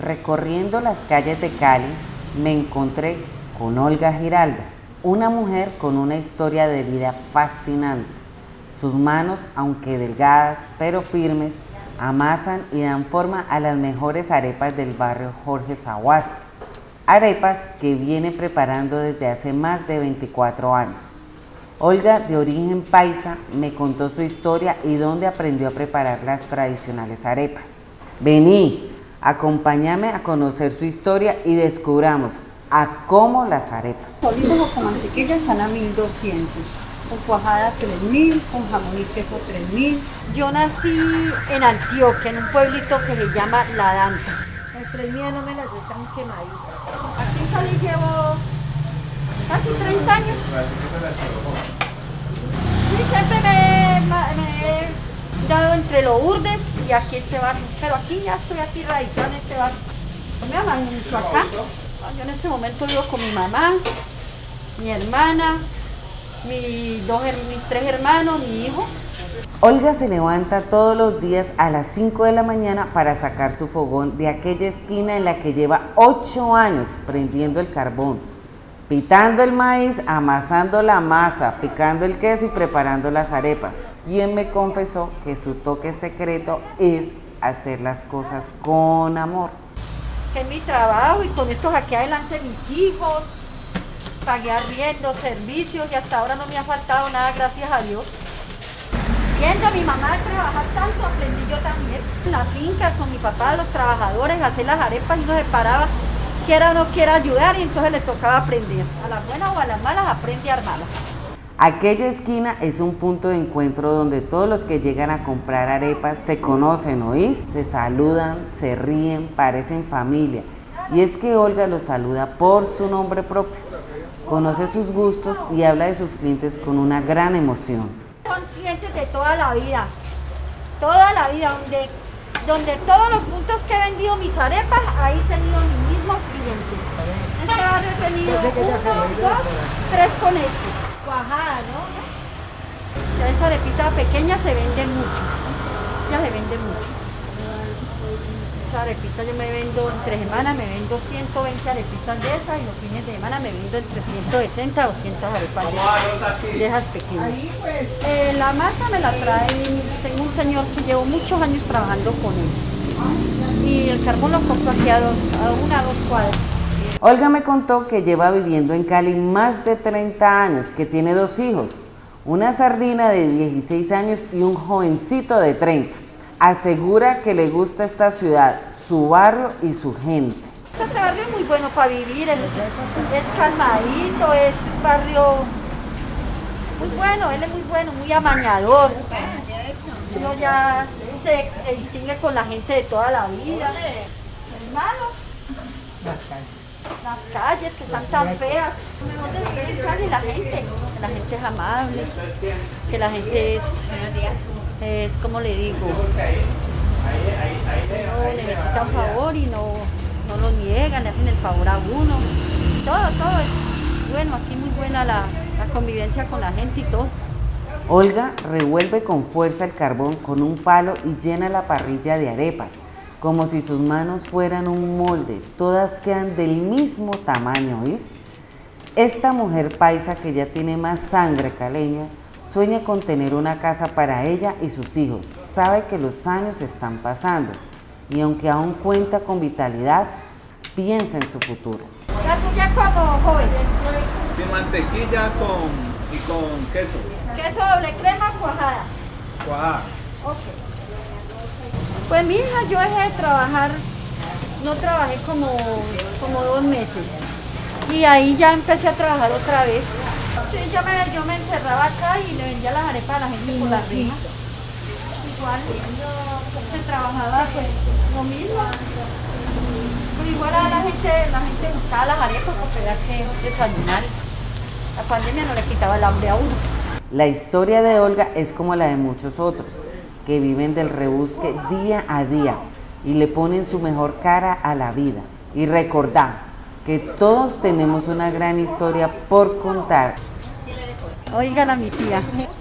recorriendo las calles de Cali, me encontré con Olga Giraldo, una mujer con una historia de vida fascinante. Sus manos, aunque delgadas pero firmes, amasan y dan forma a las mejores arepas del barrio Jorge Zahuasque. Arepas que viene preparando desde hace más de 24 años. Olga, de origen paisa, me contó su historia y dónde aprendió a preparar las tradicionales arepas. Vení, acompáñame a conocer su historia y descubramos a cómo las arepas. Solitos o con mantequilla están a 1.200, con cuajada 3.000, con jamón y queso 3.000. Yo nací en Antioquia, en un pueblito que se llama La Danza. Las 3.000 no me las están quemaditas. Aquí en Cali llevo casi 30 años. Sí, siempre me he dado entre Lourdes y aquí este barrio, pero aquí ya estoy aquí radicada en este barrio. Yo me aman mucho acá. Yo en este momento vivo con mi mamá, mi hermana, mis 3 hermanos, mi hijo. Olga se levanta todos los días a las 5 de la mañana para sacar su fogón de aquella esquina en la que lleva 8 años prendiendo el carbón, pitando el maíz, amasando la masa, picando el queso y preparando las arepas. Quien me confesó que su toque secreto es hacer las cosas con amor. Que es mi trabajo y con esto saqué adelante mis hijos, pagué arriendo, servicios y hasta ahora no me ha faltado nada, gracias a Dios. Viendo a mi mamá trabajar tanto, aprendí yo también. En la finca con mi papá, los trabajadores, hacer las arepas y uno se paraba, quiera o no quiera ayudar y entonces le tocaba aprender. A las buenas o a las malas aprende a armarlas. Aquella esquina es un punto de encuentro donde todos los que llegan a comprar arepas se conocen, ¿oís? Se saludan, se ríen, parecen familia. Y es que Olga los saluda por su nombre propio. Conoce sus gustos y habla de sus clientes con una gran emoción. Son clientes de toda la vida, donde todos los puntos que he vendido mis arepas, ahí he tenido mis mismos clientes. En este barrio he tenido 1, 2, 3 con este. Cuajada, ¿no? Ya esa arepita pequeña se vende mucho, ya se vende mucho. Esa arepita yo me vendo entre semanas, me vendo 120 arepitas de esas y los fines de semana me vendo entre 160 a 200 arepas de esas pequeñas. La masa me la trae, tengo un señor que llevo muchos años trabajando con él y el carbón lo compro aquí a 1 a 2 cuadras. Olga me contó que lleva viviendo en Cali más de 30 años, que tiene 2 hijos, una sardina de 16 años y un jovencito de 30. Asegura que le gusta esta ciudad, su barrio y su gente. Este barrio es muy bueno para vivir, es calmadito, es un barrio muy bueno, él es muy bueno, muy amañador. Uno ya se distingue con la gente de toda la vida. Hermano, las calles que están tan feas. Lo mejor de vivir en Cali, la gente es amable, que la gente es como le digo, no necesita un favor y no lo niegan, le hacen el favor a uno. Todo es bueno, aquí muy buena la convivencia con la gente y todo. Olga revuelve con fuerza el carbón con un palo y llena la parrilla de arepas, como si sus manos fueran un molde, todas quedan del mismo tamaño, ¿oís? Esta mujer paisa que ya tiene más sangre caleña, sueña con tener una casa para ella y sus hijos, sabe que los años están pasando y aunque aún cuenta con vitalidad, piensa en su futuro. La suya como joven. Sin mantequilla y con queso. Queso doble crema cuajada. Cuajada. Ok. Pues mi hija, yo dejé de trabajar, no trabajé como 2 meses y ahí ya empecé a trabajar otra vez. Sí, yo me encerraba acá y le vendía las arepas a la gente por las rejas. Igual, se trabajaba pues lo mismo. Pues igual a la gente gustaba las arepas porque había que desayunar. La pandemia no le quitaba el hambre a uno. La historia de Olga es como la de muchos otros, que viven del rebusque día a día y le ponen su mejor cara a la vida. Y recordad que todos tenemos una gran historia por contar. Oigan a mi tía.